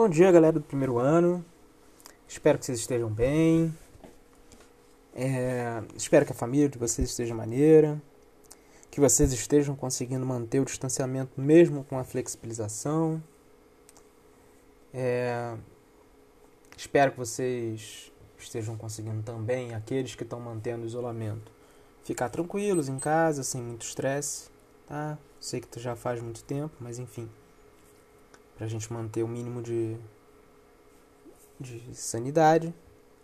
Bom dia, galera do primeiro ano. Espero que vocês estejam bem. Espero que a família de vocês esteja maneira. Que vocês estejam conseguindo manter o distanciamento mesmo com a flexibilização. Espero que vocês estejam conseguindo também, aqueles que estão mantendo o isolamento, ficar tranquilos em casa, sem muito estresse, tá? Sei que já faz muito tempo, mas enfim, pra gente manter o mínimo de sanidade.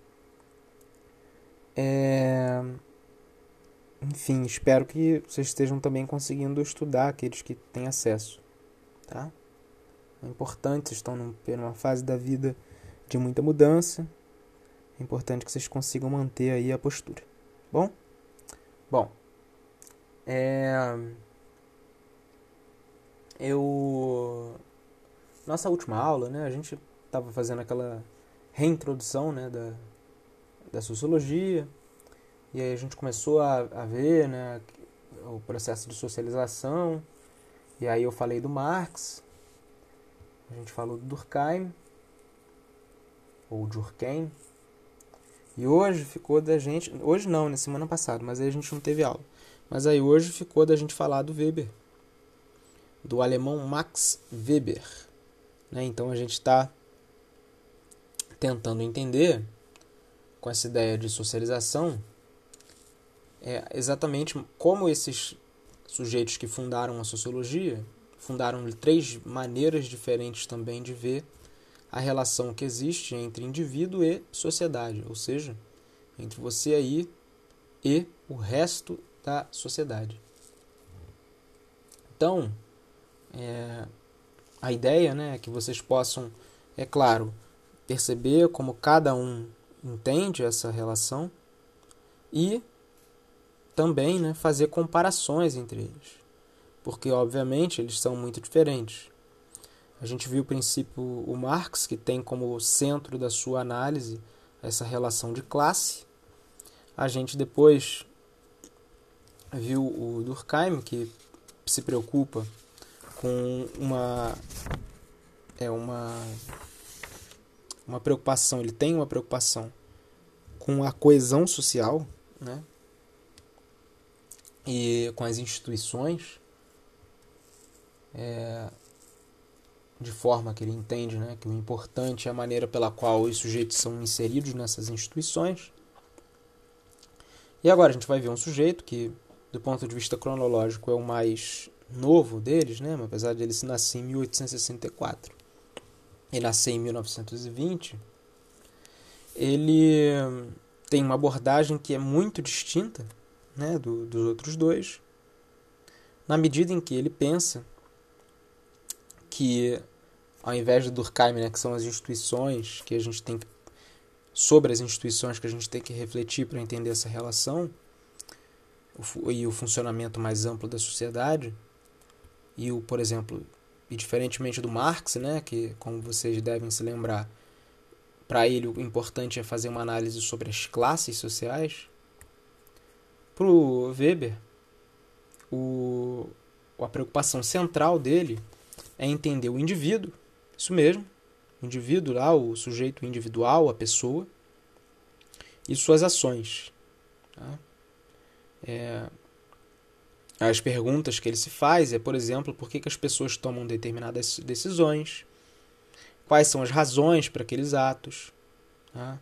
Enfim, espero que vocês estejam também conseguindo estudar, aqueles que têm acesso, tá? É importante, vocês estão numa fase da vida de muita mudança. É importante que vocês consigam manter aí a postura. Bom? Bom. Nossa última aula, né? A gente estava fazendo aquela reintrodução, né, da sociologia. E aí a gente começou a ver, né, o processo de socialização. E aí eu falei do Marx. A gente falou do Durkheim. Ou Durkheim. E hoje ficou da gente... Hoje não, né? Semana passada, mas aí a gente não teve aula. Mas aí hoje ficou da gente falar do Weber. Do alemão Max Weber. Né? Então a gente está tentando entender, com essa ideia de socialização, exatamente como esses sujeitos que fundaram a sociologia fundaram 3 maneiras diferentes também de ver a relação que existe entre indivíduo e sociedade, ou seja, entre você aí e o resto da sociedade. Então, a ideia, né, é que vocês possam, é claro, perceber como cada um entende essa relação e também, né, fazer comparações entre eles, porque obviamente eles são muito diferentes. A gente viu o princípio, o Marx, que tem como centro da sua análise essa relação de classe. A gente depois viu o Durkheim, que se preocupa com uma preocupação, ele tem uma preocupação com a coesão social, né? E com as instituições, de forma que ele entende, né, que o importante é a maneira pela qual os sujeitos são inseridos nessas instituições. E agora a gente vai ver um sujeito que, do ponto de vista cronológico, é o mais novo deles, né, apesar de ele se nascer em 1864 e nascer em 1920, ele tem uma abordagem que é muito distinta, né, dos outros dois, na medida em que ele pensa que, ao invés de Durkheim, né, que são as instituições que a gente tem que, sobre as instituições que a gente tem que refletir para entender essa relação e o funcionamento mais amplo da sociedade, e por exemplo, e diferentemente do Marx, né, que, como vocês devem se lembrar, para ele o importante é fazer uma análise sobre as classes sociais, para o Weber, a preocupação central dele é entender o indivíduo, isso mesmo, o indivíduo lá, o sujeito individual, a pessoa, e suas ações. Tá? As perguntas que ele se faz por exemplo, por que as pessoas tomam determinadas decisões, quais são as razões para aqueles atos, tá?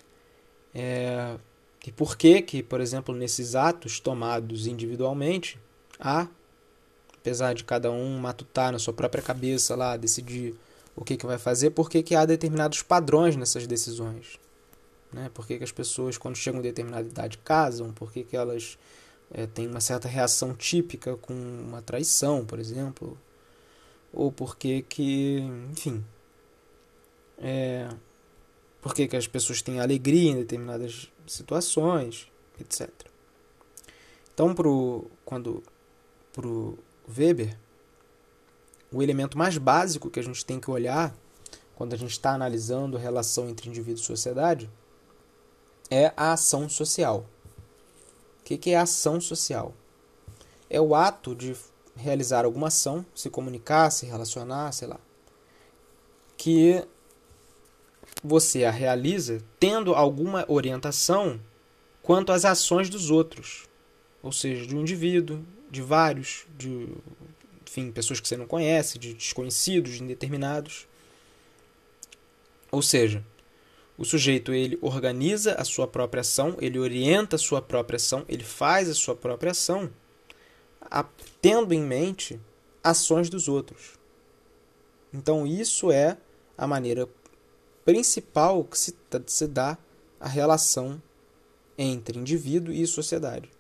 E por que, por exemplo, nesses atos tomados individualmente, apesar de cada um matutar na sua própria cabeça lá, decidir o que vai fazer, por que há determinados padrões nessas decisões, né? Por que as pessoas, quando chegam a determinada idade, casam, por que elas têm uma certa reação típica com uma traição, por exemplo, ou por que enfim, por que as pessoas têm alegria em determinadas situações, etc. Então, pro Weber, o elemento mais básico que a gente tem que olhar quando a gente está analisando a relação entre indivíduo e sociedade é a ação social. O que é a ação social? É o ato de realizar alguma ação, se comunicar, se relacionar, sei lá, que você a realiza tendo alguma orientação quanto às ações dos outros, ou seja, de um indivíduo, de vários, de, enfim, pessoas que você não conhece, de desconhecidos, de indeterminados. Ou seja, o sujeito ele organiza a sua própria ação, ele orienta a sua própria ação, ele faz a sua própria ação, tendo em mente ações dos outros. Então isso é a maneira principal que se dá a relação entre indivíduo e sociedade.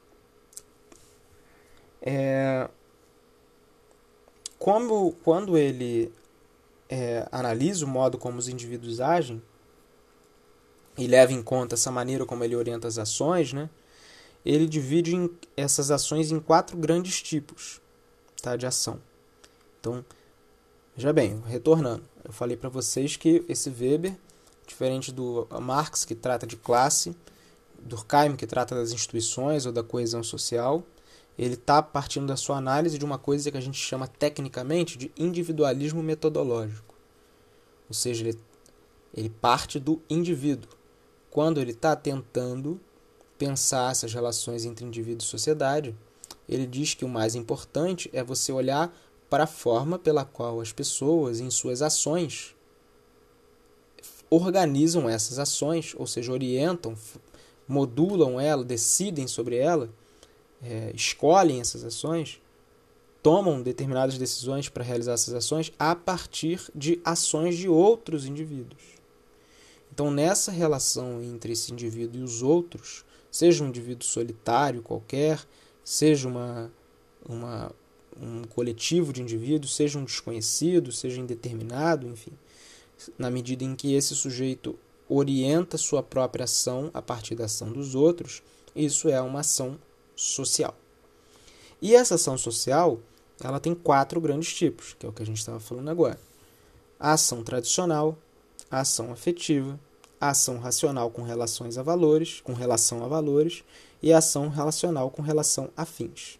Quando ele analisa o modo como os indivíduos agem e leva em conta essa maneira como ele orienta as ações, né, ele divide essas ações em 4 grandes tipos, tá, de ação. Então, veja bem, retornando, eu falei para vocês que esse Weber, diferente do Marx, que trata de classe, Durkheim, que trata das instituições ou da coesão social, ele está partindo da sua análise de uma coisa que a gente chama tecnicamente de individualismo metodológico. Ou seja, ele parte do indivíduo, quando ele está tentando pensar essas relações entre indivíduo e sociedade. Ele diz que o mais importante é você olhar para a forma pela qual as pessoas, em suas ações, organizam essas ações, ou seja, orientam, modulam ela, decidem sobre ela, escolhem essas ações, tomam determinadas decisões para realizar essas ações a partir de ações de outros indivíduos. Então, nessa relação entre esse indivíduo e os outros, seja um indivíduo solitário qualquer, seja um coletivo de indivíduos, seja um desconhecido, seja indeterminado, enfim, na medida em que esse sujeito orienta sua própria ação a partir da ação dos outros, isso é uma ação social. E essa ação social, ela tem 4 grandes tipos, que é o que a gente estava falando agora. A ação tradicional, a ação afetiva, a ação racional com relação a valores, e a ação relacional com relação a fins.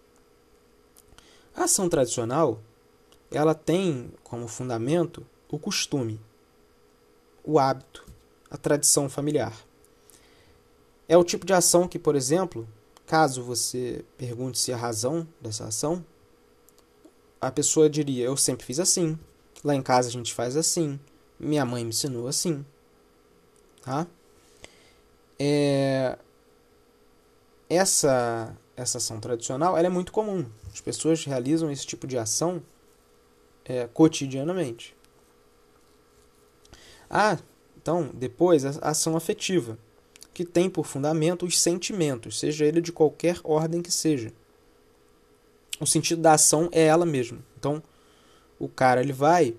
A ação tradicional, ela tem como fundamento o costume, o hábito, a tradição familiar. É o tipo de ação que, por exemplo, caso você pergunte se a razão dessa ação, a pessoa diria, eu sempre fiz assim, lá em casa a gente faz assim, minha mãe me ensinou assim. Tá? Essa ação tradicional ela é muito comum. As pessoas realizam esse tipo de ação cotidianamente. Então, depois, a ação afetiva, que tem por fundamento os sentimentos, seja ele de qualquer ordem que seja. O sentido da ação é ela mesma. Então, o cara ele vai,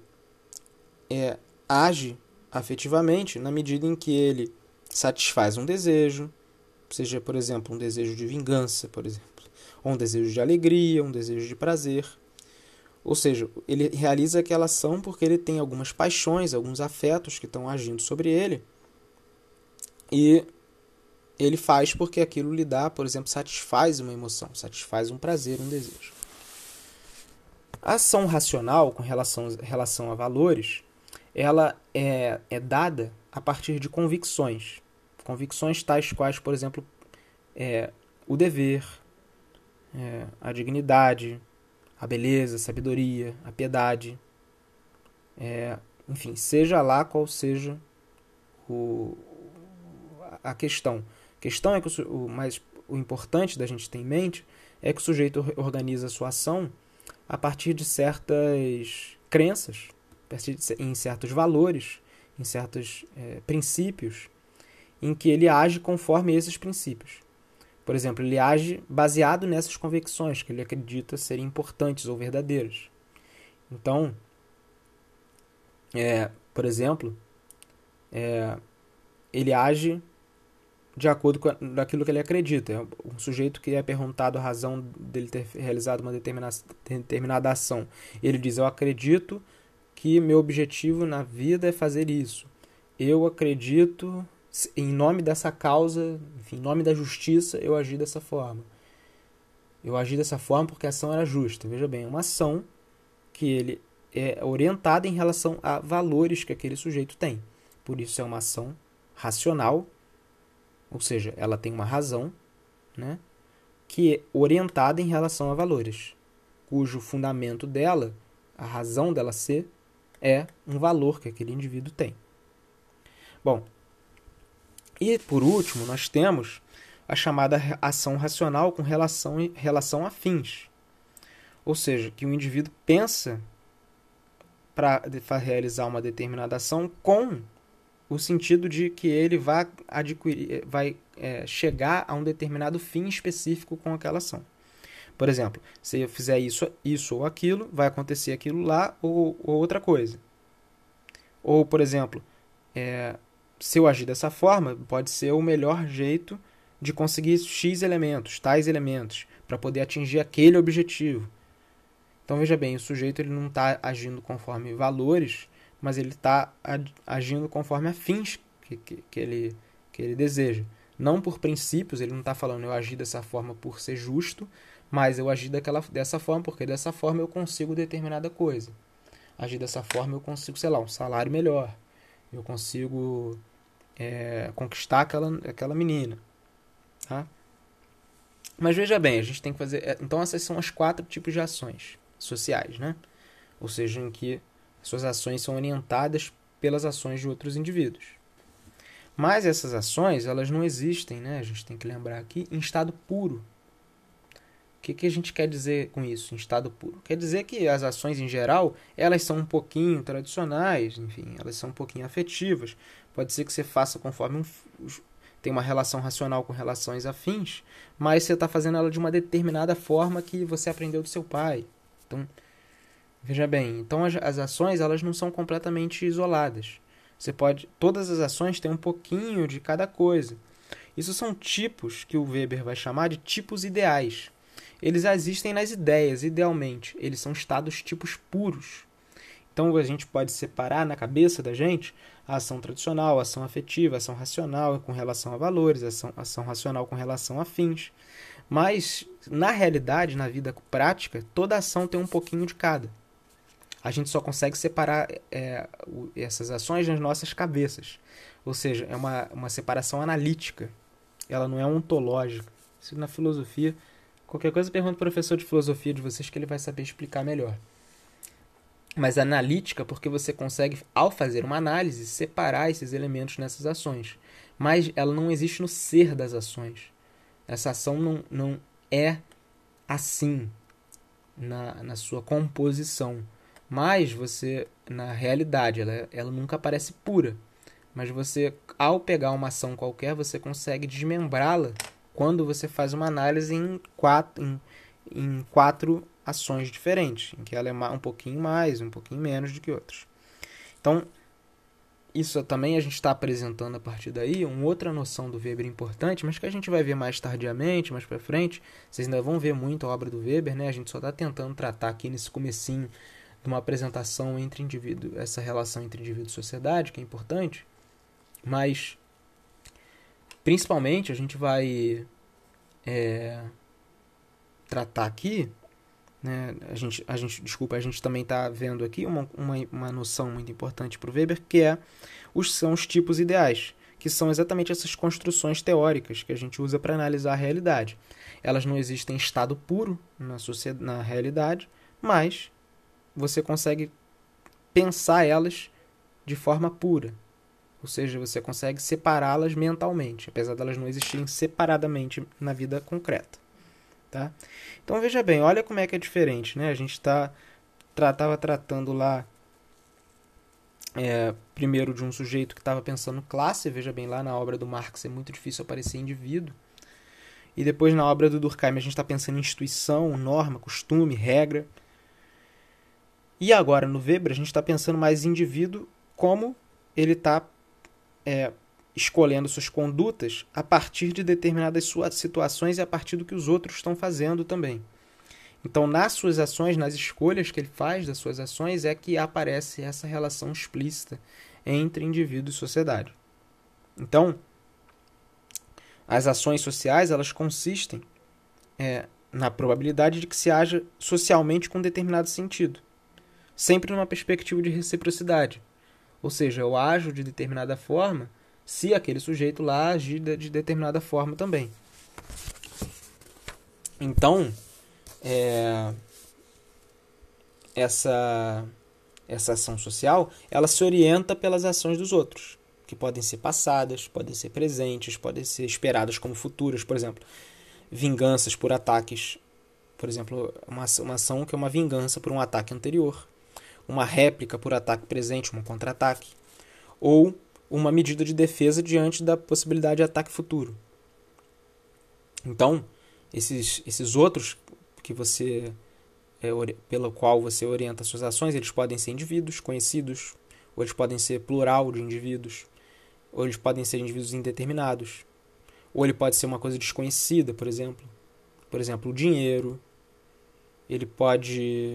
age afetivamente na medida em que ele satisfaz um desejo, seja, por exemplo, um desejo de vingança, por exemplo, ou um desejo de alegria, um desejo de prazer. Ou seja, ele realiza aquela ação porque ele tem algumas paixões, alguns afetos que estão agindo sobre ele, e ele faz porque aquilo lhe dá, por exemplo, satisfaz uma emoção, satisfaz um prazer, um desejo. A ação racional com relação a valores, ela é dada a partir de convicções. Convicções tais quais, por exemplo, o dever, a dignidade, a beleza, a sabedoria, a piedade. Enfim, seja lá qual seja a questão. A questão é que o importante da gente ter em mente é que o sujeito organiza a sua ação a partir de certas crenças, em certos valores, em certos princípios, em que ele age conforme esses princípios. Por exemplo, ele age baseado nessas convicções que ele acredita serem importantes ou verdadeiras. Então, por exemplo, ele age de acordo com aquilo que ele acredita. É um sujeito que é perguntado a razão dele ter realizado uma determinada ação. Ele diz, eu acredito que meu objetivo na vida é fazer isso. Eu acredito, em nome dessa causa, enfim, em nome da justiça, eu agi dessa forma. Eu agi dessa forma porque a ação era justa. Veja bem, é uma ação que ele é orientada em relação a valores que aquele sujeito tem. por isso é uma ação racional, ou seja, ela tem uma razão, né, que é orientada em relação a valores, cujo fundamento dela, a razão dela ser, é um valor que aquele indivíduo tem. Bom, e por último, nós temos a chamada ação racional com relação a fins. Ou seja, que o indivíduo pensa para realizar uma determinada ação com o sentido de que ele vai chegar a um determinado fim específico com aquela ação. Por exemplo, se eu fizer isso ou aquilo, vai acontecer aquilo lá ou outra coisa. Ou, por exemplo, se eu agir dessa forma, pode ser o melhor jeito de conseguir X elementos, tais elementos, para poder atingir aquele objetivo. Então, veja bem, o sujeito ele não está agindo conforme valores, mas ele está agindo conforme a fins que ele deseja. Não por princípios, ele não está falando eu agi dessa forma por ser justo, mas eu agi dessa forma porque dessa forma eu consigo determinada coisa. Agir dessa forma eu consigo, sei lá, um salário melhor. Eu consigo conquistar aquela menina. Tá? Mas veja bem, a gente tem que fazer... Então essas são as 4 tipos de ações sociais, né? Ou seja, em que suas ações são orientadas pelas ações de outros indivíduos. Mas essas ações, elas não existem, né? A gente tem que lembrar aqui, em estado puro. O que a gente quer dizer com isso, em estado puro? Quer dizer que as ações, em geral, elas são um pouquinho tradicionais, enfim, elas são um pouquinho afetivas. Pode ser que você faça conforme tem uma relação racional com relações afins, mas você está fazendo ela de uma determinada forma que você aprendeu do seu pai. Então, veja bem, então as ações elas não são completamente isoladas. Todas as ações têm um pouquinho de cada coisa. Isso são tipos que o Weber vai chamar de tipos ideais. Eles existem nas ideias, idealmente. Eles são estados tipos puros. Então a gente pode separar na cabeça da gente a ação tradicional, a ação afetiva, a ação racional com relação a valores, a ação racional com relação a fins. Mas, na realidade, na vida prática, toda ação tem um pouquinho de cada. A gente só consegue separar essas ações nas nossas cabeças. Ou seja, é uma separação analítica. Ela não é ontológica. Isso na filosofia... Qualquer coisa, pergunta ao professor de filosofia de vocês que ele vai saber explicar melhor. Mas analítica porque você consegue, ao fazer uma análise, separar esses elementos nessas ações. Mas ela não existe no ser das ações. Essa ação não é assim na sua composição. Mas você, na realidade, ela nunca aparece pura. Mas você, ao pegar uma ação qualquer, você consegue desmembrá-la quando você faz uma análise em quatro ações diferentes, em que ela é um pouquinho mais, um pouquinho menos do que outras. Então, isso também a gente está apresentando a partir daí uma outra noção do Weber importante, mas que a gente vai ver mais tardiamente, mais para frente. Vocês ainda vão ver muito a obra do Weber, né? A gente só está tentando tratar aqui nesse comecinho de uma apresentação entre indivíduo, essa relação entre indivíduo e sociedade, que é importante, mas principalmente a gente vai tratar aqui, né? A gente também está vendo aqui uma noção muito importante para o Weber, que são os tipos ideais, que são exatamente essas construções teóricas que a gente usa para analisar a realidade. Elas não existem em estado puro na realidade, mas você consegue pensar elas de forma pura. Ou seja, você consegue separá-las mentalmente, apesar de elas não existirem separadamente na vida concreta. Tá? Então, veja bem, olha como é que é diferente. Né? A gente estava tratando lá, primeiro de um sujeito que estava pensando classe. Veja bem, lá na obra do Marx é muito difícil aparecer indivíduo. E depois na obra do Durkheim a gente está pensando em instituição, norma, costume, regra. E agora no Weber a gente está pensando mais em indivíduo, como ele está escolhendo suas condutas a partir de determinadas suas situações e a partir do que os outros estão fazendo também. Então, nas suas ações, nas escolhas que ele faz das suas ações, é que aparece essa relação explícita entre indivíduo e sociedade. Então, as ações sociais, elas consistem na probabilidade de que se haja socialmente com determinado sentido, sempre numa perspectiva de reciprocidade. Ou seja, eu ajo de determinada forma se aquele sujeito lá agir de determinada forma também. Então, essa ação social, ela se orienta pelas ações dos outros, que podem ser passadas, podem ser presentes, podem ser esperadas como futuras. Por exemplo, vinganças por ataques. Por exemplo, uma ação que é uma vingança por um ataque anterior, uma réplica por ataque presente, um contra-ataque, ou uma medida de defesa diante da possibilidade de ataque futuro. Então, esses outros que você pelo qual você orienta suas ações, eles podem ser indivíduos conhecidos, ou eles podem ser plural de indivíduos, ou eles podem ser indivíduos indeterminados, ou ele pode ser uma coisa desconhecida, por exemplo. Por exemplo, o dinheiro. Ele pode...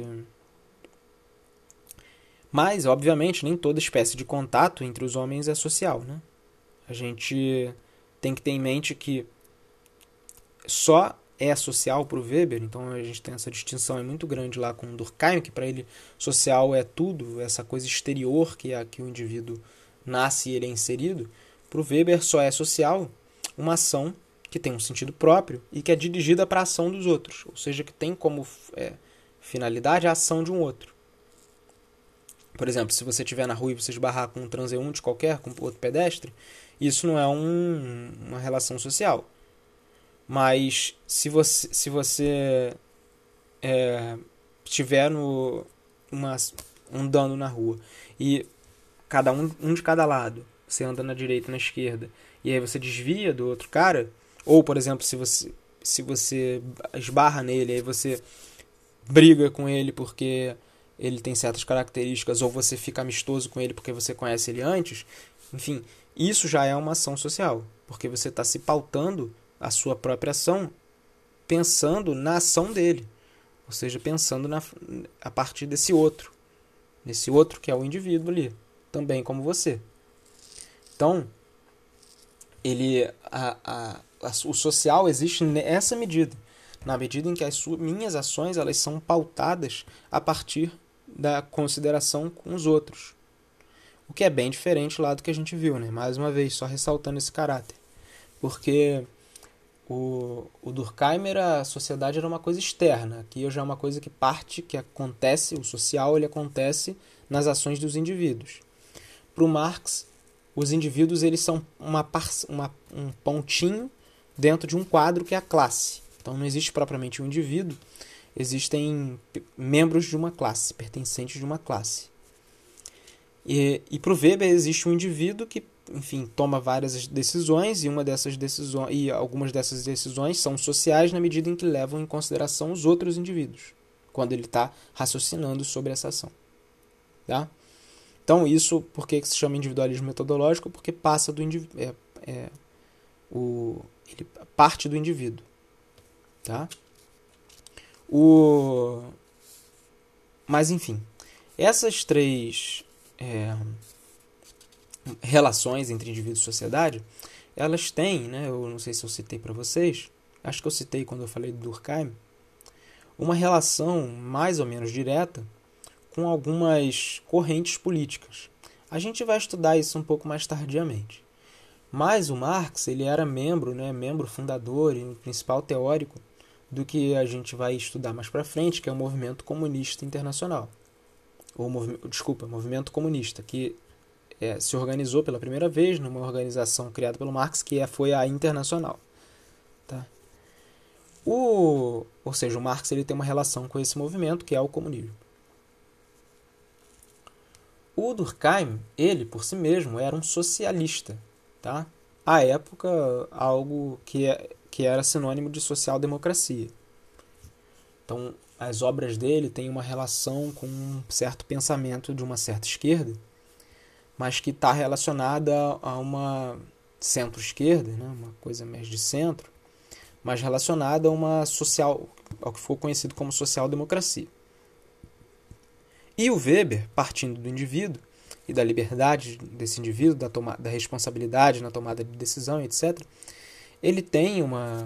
Mas, obviamente, nem toda espécie de contato entre os homens é social, né? A gente tem que ter em mente que só é social para o Weber, então a gente tem essa distinção muito grande lá com o Durkheim, que para ele social é tudo, essa coisa exterior que é que o indivíduo nasce e ele é inserido. Para o Weber só é social uma ação que tem um sentido próprio e que é dirigida para a ação dos outros, ou seja, que tem como finalidade a ação de um outro. Por exemplo, se você estiver na rua e você esbarrar com um transeunte qualquer, com outro pedestre, isso não é uma relação social. Mas se você estiver andando na rua e cada um de cada lado, você anda na direita e na esquerda, e aí você desvia do outro cara, ou, por exemplo, se você esbarra nele, aí você briga com ele porque ele tem certas características, ou você fica amistoso com ele porque você conhece ele antes, enfim, isso já é uma ação social, porque você está se pautando a sua própria ação pensando na ação dele, ou seja, pensando a partir desse outro que é o indivíduo ali, também como você. Então, o social existe nessa medida, na medida em que as minhas ações elas são pautadas a partir da consideração com os outros, o que é bem diferente lá do que a gente viu, né? Mais uma vez, só ressaltando esse caráter, porque o Durkheim a sociedade era uma coisa externa, aqui já é uma coisa que acontece, o social ele acontece nas ações dos indivíduos. Para o Marx, os indivíduos eles são um pontinho dentro de um quadro que é a classe. Então não existe propriamente um indivíduo, existem membros de uma classe, pertencentes de uma classe. E para o Weber existe um indivíduo que, enfim, toma várias decisões e algumas dessas decisões são sociais na medida em que levam em consideração os outros indivíduos, quando ele está raciocinando sobre essa ação. Tá? Então isso, por que se chama individualismo metodológico? Porque passa do ele parte do indivíduo. Tá? Mas enfim, essas três relações entre indivíduo e sociedade, elas têm, né, eu não sei se eu citei para vocês, acho que eu citei quando eu falei do Durkheim, uma relação mais ou menos direta com algumas correntes políticas. A gente vai estudar isso um pouco mais tardiamente. Mas o Marx ele era membro fundador e principal teórico do que a gente vai estudar mais para frente, que é o movimento comunista internacional. Movimento comunista, que se organizou pela primeira vez numa organização criada pelo Marx, que foi a Internacional. Tá? Ou seja, o Marx ele tem uma relação com esse movimento, que é o comunismo. O Durkheim, ele por si mesmo era um socialista. Tá? À época, algo que era sinônimo de social-democracia. Então, as obras dele têm uma relação com um certo pensamento de uma certa esquerda, mas que está relacionada a uma centro-esquerda, né? Uma coisa mais de centro, mas relacionada a ao que ficou conhecido como social-democracia. E o Weber, partindo do indivíduo e da liberdade desse indivíduo, da responsabilidade na tomada de decisão, etc., ele tem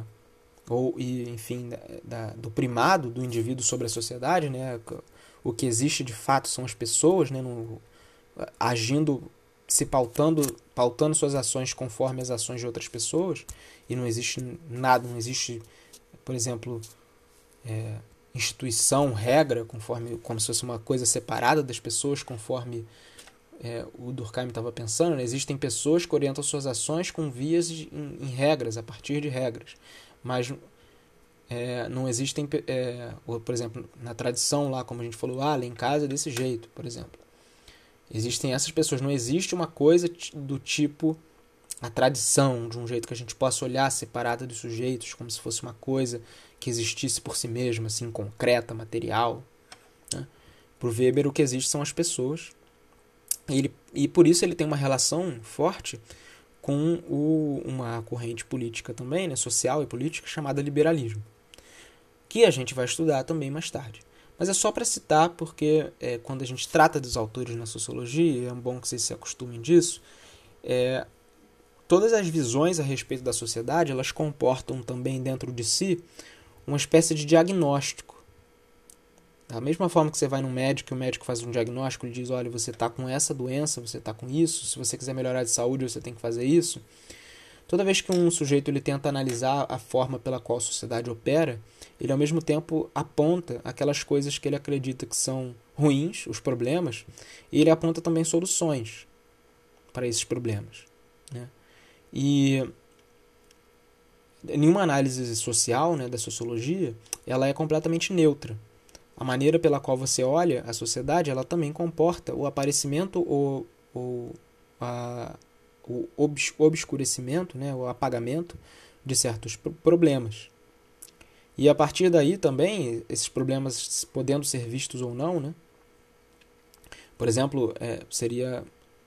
do primado do indivíduo sobre a sociedade, né? O que existe de fato são as pessoas, né? agindo, se pautando suas ações conforme as ações de outras pessoas, e não existe nada, não existe, por exemplo, instituição, regra, como se fosse uma coisa separada das pessoas, conforme o Durkheim estava pensando, né? Existem pessoas que orientam suas ações com vias em regras, a partir de regras, mas não existem, por exemplo, na tradição lá, como a gente falou, lá em casa é desse jeito, por exemplo. Existem essas pessoas, não existe uma coisa do tipo a tradição, de um jeito que a gente possa olhar separada dos sujeitos, como se fosse uma coisa que existisse por si mesma, assim, concreta, material, né? Para o Weber, o que existe são as pessoas, e por isso ele tem uma relação forte com uma corrente política também, né, social e política, chamada liberalismo, que a gente vai estudar também mais tarde. Mas é só para citar, porque quando a gente trata dos autores na sociologia, é bom que vocês se acostumem disso, todas as visões a respeito da sociedade, elas comportam também dentro de si uma espécie de diagnóstico. Da mesma forma que você vai no médico e o médico faz um diagnóstico, ele diz, olha, você está com essa doença, você está com isso, se você quiser melhorar de saúde, você tem que fazer isso. Toda vez que um sujeito ele tenta analisar a forma pela qual a sociedade opera, ele ao mesmo tempo aponta aquelas coisas que ele acredita que são ruins, os problemas, e ele aponta também soluções para esses problemas, né? E nenhuma análise social, né, da sociologia, ela é completamente neutra. A maneira pela qual você olha a sociedade, ela também comporta o aparecimento ou o obscurecimento, né, o apagamento de certos problemas. E a partir daí também, esses problemas podendo ser vistos ou não, né? Por exemplo, seria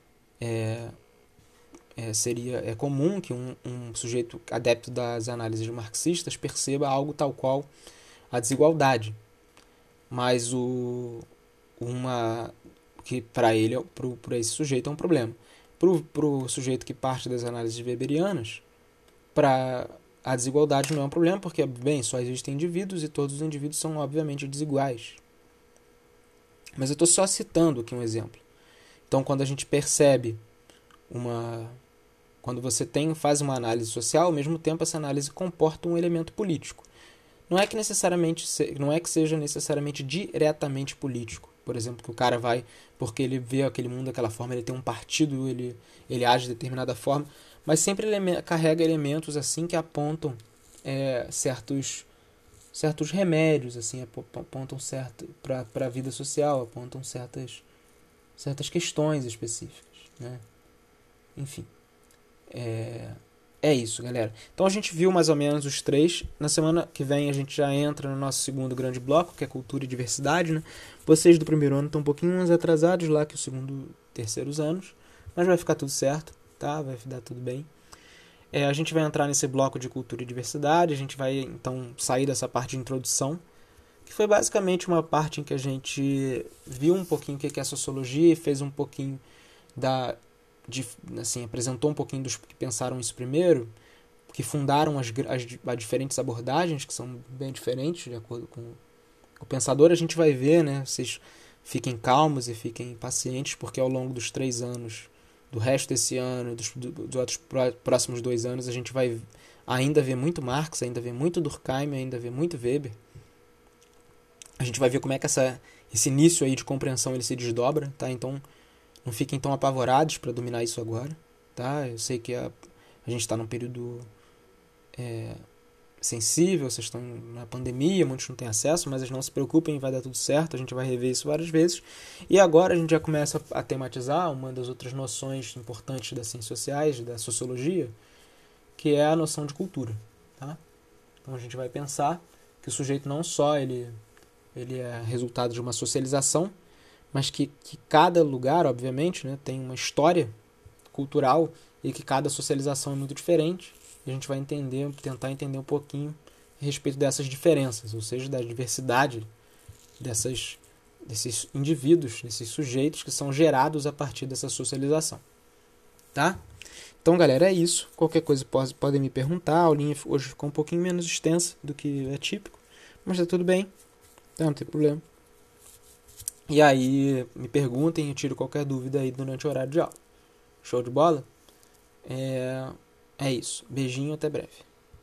comum que um sujeito adepto das análises marxistas perceba algo tal qual a desigualdade, mas que para ele, para esse sujeito é um problema. Para o sujeito que parte das análises weberianas, para a desigualdade não é um problema, porque, bem, só existem indivíduos e todos os indivíduos são, obviamente, desiguais. Mas eu estou só citando aqui um exemplo. Então, quando a gente percebe quando você faz uma análise social, ao mesmo tempo essa análise comporta um elemento político. Não é que seja necessariamente diretamente político. Por exemplo, que o cara vai, porque ele vê aquele mundo daquela forma, ele tem um partido, ele age de determinada forma, mas sempre ele carrega elementos assim que apontam certos remédios, assim, apontam para a vida social, apontam certas questões específicas, né? Enfim, é isso, galera. Então a gente viu mais ou menos os três. Na semana que vem a gente já entra no nosso segundo grande bloco, que é cultura e diversidade, né? Vocês do primeiro ano estão um pouquinho mais atrasados lá que os terceiros anos, mas vai ficar tudo certo, tá? Vai dar tudo bem. A gente vai entrar nesse bloco de cultura e diversidade. A gente vai então sair dessa parte de introdução, que foi basicamente uma parte em que a gente viu um pouquinho o que é a sociologia e fez um pouquinho apresentou um pouquinho dos que pensaram isso primeiro, que fundaram as diferentes abordagens, que são bem diferentes de acordo com o pensador. A gente vai ver, né? Vocês fiquem calmos e fiquem pacientes, porque ao longo dos 3 anos, do resto desse ano, dos outros próximos 2 anos, a gente vai ainda ver muito Marx, ainda ver muito Durkheim, ainda ver muito Weber. A gente vai ver como é que esse início aí de compreensão ele se desdobra, tá? Então, não fiquem tão apavorados para dominar isso agora, tá? Eu sei que a gente está num período sensível, vocês estão na pandemia, muitos não têm acesso, mas não se preocupem, vai dar tudo certo, a gente vai rever isso várias vezes. E agora a gente já começa a tematizar uma das outras noções importantes das ciências sociais, da sociologia, que é a noção de cultura, tá? Então a gente vai pensar que o sujeito não só ele é resultado de uma socialização, mas que cada lugar, obviamente, né, tem uma história cultural e que cada socialização é muito diferente. E a gente vai tentar entender um pouquinho a respeito dessas diferenças, ou seja, da diversidade desses indivíduos, desses sujeitos que são gerados a partir dessa socialização. Tá? Então, galera, é isso. Qualquer coisa podem me perguntar. A aulinha hoje ficou um pouquinho menos extensa do que é típico, mas tá tudo bem. Não tem problema. E aí me perguntem, eu tiro qualquer dúvida aí durante o horário de aula. Show de bola? É isso. Beijinho, até breve.